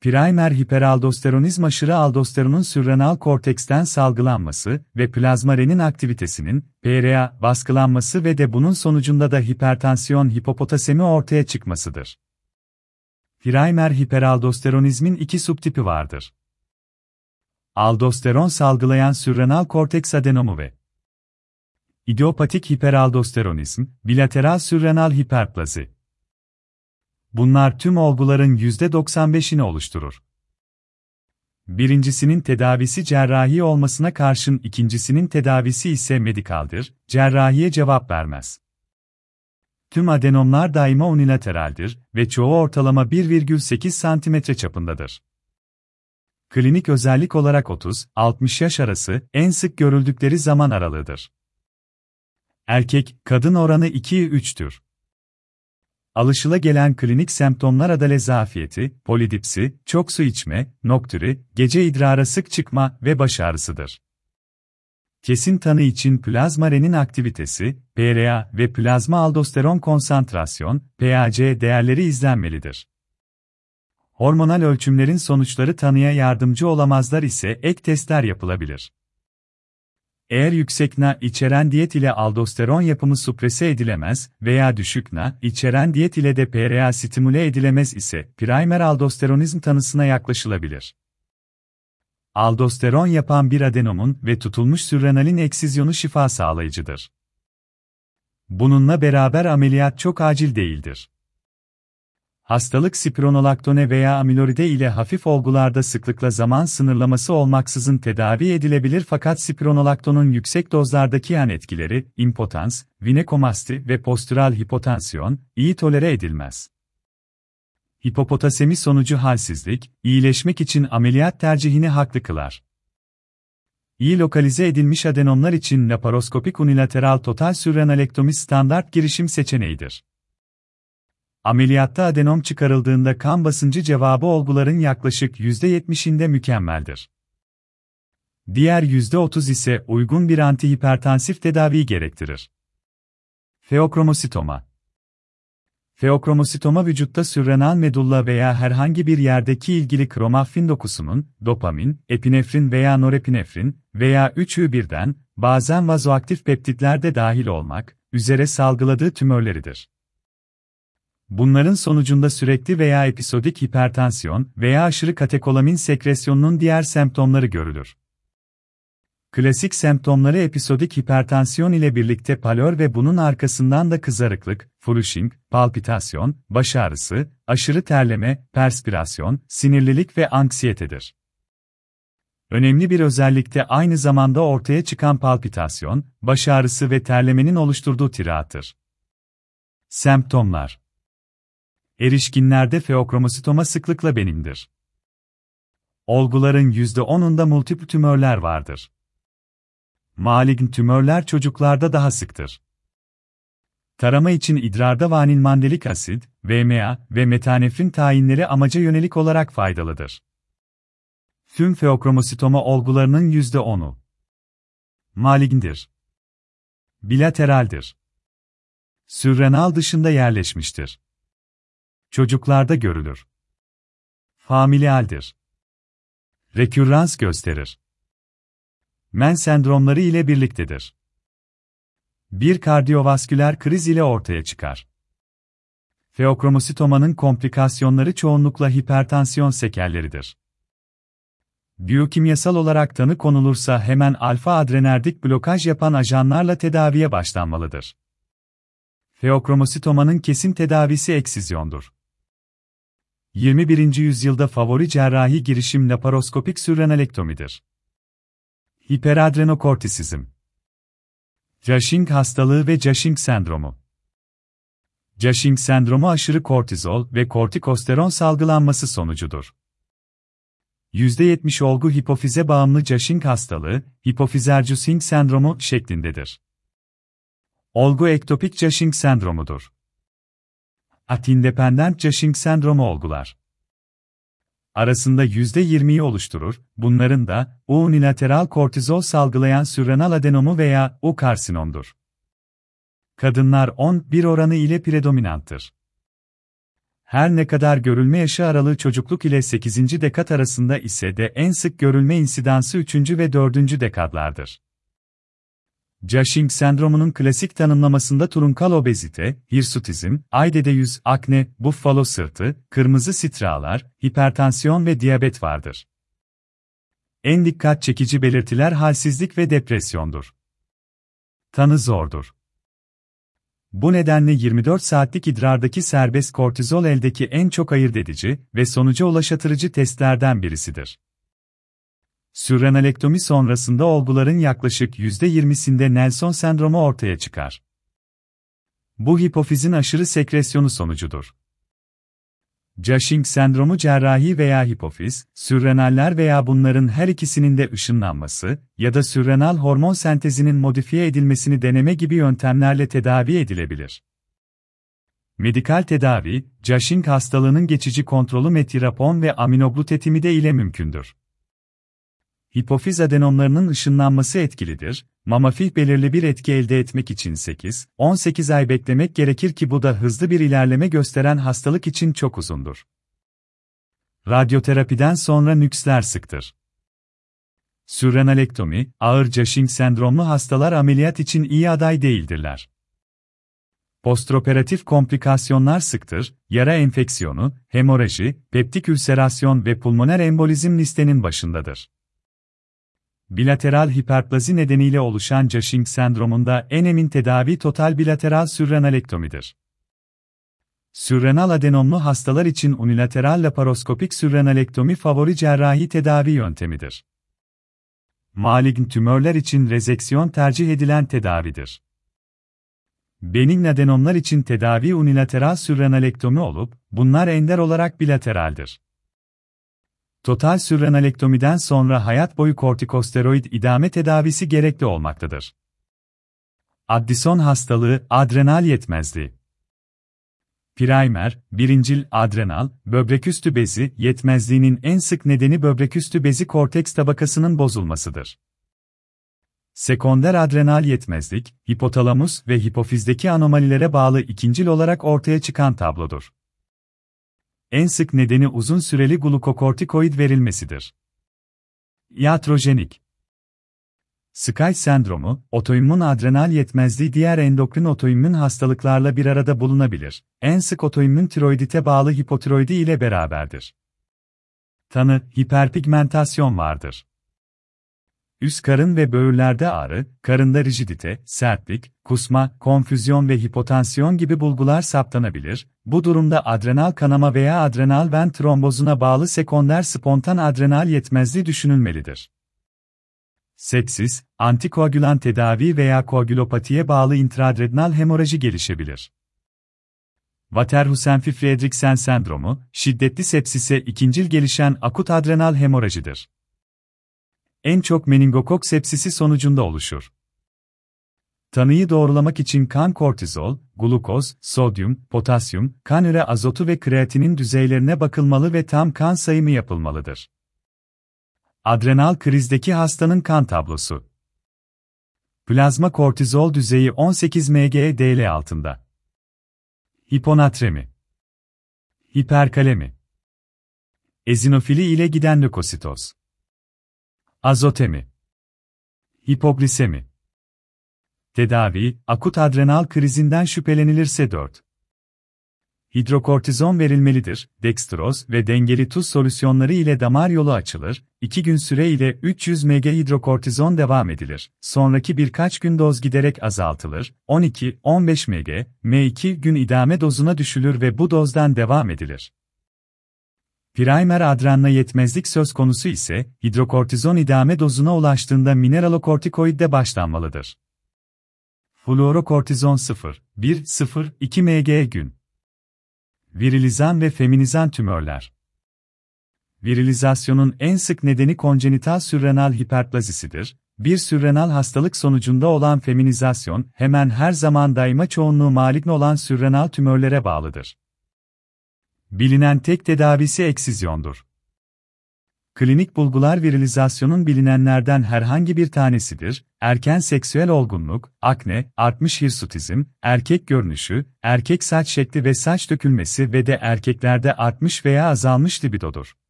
Primer hiperaldosteronizm aşırı aldosteronun sürrenal korteksten salgılanması ve plazma-renin aktivitesinin, PRA, baskılanması ve de bunun sonucunda da hipertansiyon hipopotasemi ortaya çıkmasıdır. Primer hiperaldosteronizmin iki subtipi vardır. Aldosteron salgılayan sürrenal korteks adenomu ve idiopatik hiperaldosteronizm, bilateral sürrenal hiperplazi. Bunlar tüm olguların %95'ini oluşturur. Birincisinin tedavisi cerrahi olmasına karşın ikincisinin tedavisi ise medikaldir, cerrahiye cevap vermez. Tüm adenomlar daima unilateraldir ve çoğu ortalama 1,8 cm çapındadır. Klinik özellik olarak 30-60 yaş arası en sık görüldükleri zaman aralığıdır. Erkek-kadın oranı 2'ye 3'tür. Alışılagelen klinik semptomlar adale zafiyeti, polidipsi, çok su içme, noktüri, gece idrara sık çıkma ve baş ağrısıdır. Kesin tanı için plazma-renin aktivitesi, PRA ve plazma aldosteron konsantrasyon, PAC değerleri izlenmelidir. Hormonal ölçümlerin sonuçları tanıya yardımcı olamazlar ise ek testler yapılabilir. Eğer yüksek Na içeren diyet ile aldosteron yapımı suprese edilemez veya düşük Na içeren diyet ile de PRA stimüle edilemez ise primer aldosteronizm tanısına yaklaşılabilir. Aldosteron yapan bir adenomun ve tutulmuş sürrenalin eksizyonu şifa sağlayıcıdır. Bununla beraber ameliyat çok acil değildir. Hastalık spironolaktone veya amiloride ile hafif olgularda sıklıkla zaman sınırlaması olmaksızın tedavi edilebilir fakat spironolaktonun yüksek dozlardaki yan etkileri, impotans, vinekomasti ve postüral hipotansiyon, iyi tolere edilmez. Hipopotasemi sonucu halsizlik, iyileşmek için ameliyat tercihini haklı kılar. İyi lokalize edilmiş adenomlar için laparoskopik unilateral total sürrenalektomi standart girişim seçeneğidir. Ameliyatta adenom çıkarıldığında kan basıncı cevabı olguların yaklaşık %70'inde mükemmeldir. Diğer %30 ise uygun bir antihipertansif tedavi gerektirir. Feokromositoma. Feokromositoma vücutta sürrenal medulla veya herhangi bir yerdeki ilgili kromafin dokusunun, dopamin, epinefrin veya norepinefrin veya üçü birden, bazen vazoaktif peptitler de dahil olmak üzere salgıladığı tümörleridir. Bunların sonucunda sürekli veya episodik hipertansiyon veya aşırı katekolamin sekresyonunun diğer semptomları görülür. Klasik semptomları episodik hipertansiyon ile birlikte palör ve bunun arkasından da kızarıklık, flushing, palpitasyon, baş ağrısı, aşırı terleme, perspirasyon, sinirlilik ve anksiyetedir. Önemli bir özellik de aynı zamanda ortaya çıkan palpitasyon, baş ağrısı ve terlemenin oluşturduğu tirattır. Semptomlar. Erişkinlerde feokromositoma sıklıkla benimdir. Olguların %10'unda multiple tümörler vardır. Malign tümörler çocuklarda daha sıktır. Tarama için idrarda vanilmandelik asit, VMA ve metanefrin tayinleri amaca yönelik olarak faydalıdır. Tüm feokromositoma olgularının %10'u maligndir. Bilateraldir. Sürrenal dışında yerleşmiştir. Çocuklarda görülür. Familialdir. Rekürrans gösterir. Men sendromları ile birliktedir. Bir kardiyovasküler kriz ile ortaya çıkar. Feokromositomanın komplikasyonları çoğunlukla hipertansiyon sekerleridir. Biyokimyasal olarak tanı konulursa hemen alfa adrenerdik blokaj yapan ajanlarla tedaviye başlanmalıdır. Feokromositomanın kesin tedavisi eksizyondur. 21. yüzyılda favori cerrahi girişim laparoskopik sürrenalektomidir. Hiperadrenokortisizm. Cushing hastalığı ve Cushing sendromu. Cushing sendromu aşırı kortizol ve kortikosteron salgılanması sonucudur. %70 olgu hipofize bağımlı Cushing hastalığı, hipofizer Cushing sendromu şeklindedir. Olgu ektopik Cushing sendromudur. At-independent Cushing sendromu olgular arasında %20'yi oluşturur, bunların da unilateral kortizol salgılayan sürrenal adenomu veya karsinomdur. Kadınlar 10-1 oranı ile predominanttır. Her ne kadar görülme yaşı aralığı çocukluk ile 8. dekad arasında ise de en sık görülme insidansı 3. ve 4. dekadlardır. Cushing sendromunun klasik tanımlamasında turunkal obezite, hirsutizm, aydede yüz, akne, buffalo sırtı, kırmızı sitralar, hipertansiyon ve diyabet vardır. En dikkat çekici belirtiler halsizlik ve depresyondur. Tanı zordur. Bu nedenle 24 saatlik idrardaki serbest kortizol eldeki en çok ayırt edici ve sonuca ulaştırıcı testlerden birisidir. Sürenalektomi sonrasında olguların yaklaşık %20'sinde Nelson sendromu ortaya çıkar. Bu hipofizin aşırı sekresyonu sonucudur. Cushing sendromu cerrahi veya hipofiz, sürrenaller veya bunların her ikisinin de ışınlanması ya da sürrenal hormon sentezinin modifiye edilmesini deneme gibi yöntemlerle tedavi edilebilir. Medikal tedavi, Cushing hastalığının geçici kontrolü metirapon ve aminoglutetimide ile mümkündür. Hipofiz adenomlarının ışınlanması etkilidir, mamafih belirli bir etki elde etmek için 8-18 ay beklemek gerekir ki bu da hızlı bir ilerleme gösteren hastalık için çok uzundur. Radyoterapiden sonra nüksler sıktır. Sürrenalektomi, ağır Cushing sendromlu hastalar ameliyat için iyi aday değildirler. Postoperatif komplikasyonlar sıktır, yara enfeksiyonu, hemoraji, peptik ülserasyon ve pulmoner embolizm listenin başındadır. Bilateral hiperplazi nedeniyle oluşan Cushing sendromunda en emin tedavi total bilateral sürrenalektomidir. Sürrenal adenomlu hastalar için unilateral laparoskopik sürrenalektomi favori cerrahi tedavi yöntemidir. Malign tümörler için rezeksiyon tercih edilen tedavidir. Benign adenomlar için tedavi unilateral sürrenalektomi olup, bunlar ender olarak bilateraldir. Total sürrenalektomiden sonra hayat boyu kortikosteroid idame tedavisi gerekli olmaktadır. Addison hastalığı, adrenal yetmezliği. Primer, birincil adrenal, böbreküstü bezi yetmezliğinin en sık nedeni böbreküstü bezi korteks tabakasının bozulmasıdır. Sekonder adrenal yetmezlik, hipotalamus ve hipofizdeki anomalilere bağlı ikincil olarak ortaya çıkan tablodur. En sık nedeni uzun süreli glukokortikoid verilmesidir. Iatrojenik. Sky sendromu, otoimmün adrenal yetmezliği diğer endokrin otoimmün hastalıklarla bir arada bulunabilir. En sık otoimmün tiroidite bağlı hipotiroidi ile beraberdir. Tanı, hiperpigmentasyon vardır. Üst karın ve böğürlerde ağrı, karında rigidite, sertlik, kusma, konfüzyon ve hipotansiyon gibi bulgular saptanabilir. Bu durumda adrenal kanama veya adrenal ven trombozuna bağlı sekonder spontan adrenal yetmezliği düşünülmelidir. Sepsis, antikoagülan tedavi veya koagülopatiye bağlı intraadrenal hemoraji gelişebilir. Waterhausen-Fridriksen sendromu, şiddetli sepsise ikincil gelişen akut adrenal hemorajidir. En çok meningokok sepsisi sonucunda oluşur. Tanıyı doğrulamak için kan kortizol, glukoz, sodyum, potasyum, kan üre azotu ve kreatinin düzeylerine bakılmalı ve tam kan sayımı yapılmalıdır. Adrenal krizdeki hastanın kan tablosu. Plazma kortizol düzeyi 18 mg/dl altında. Hiponatremi. Hiperkalemi. Ezinofili ile giden lökositoz. Azotemi. Hipoglisemi. Tedavi, akut adrenal krizinden şüphelenilirse 4. Hidrokortizon verilmelidir, dekstroz ve dengeli tuz solüsyonları ile damar yolu açılır, 2 gün süre ile 300 mg hidrokortizon devam edilir, sonraki birkaç gün doz giderek azaltılır, 12-15 mg, m2 gün idame dozuna düşülür ve bu dozdan devam edilir. Primer adrenal yetmezlik söz konusu ise, hidrokortizon idame dozuna ulaştığında mineralokortikoidde başlanmalıdır. Fluorokortizon 0,1-0,2 mg gün. Virilizan ve feminizan tümörler. Virilizasyonun en sık nedeni konjenital sürrenal hiperplazisidir. Bir sürrenal hastalık sonucunda olan feminizasyon, hemen her zaman daima çoğunluğu malign olan sürrenal tümörlere bağlıdır. Bilinen tek tedavisi eksizyondur. Klinik bulgular virilizasyonun bilinenlerden herhangi bir tanesidir. Erken seksüel olgunluk, akne, artmış hirsutizm, erkek görünüşü, erkek saç şekli ve saç dökülmesi ve de erkeklerde artmış veya azalmış libidodur.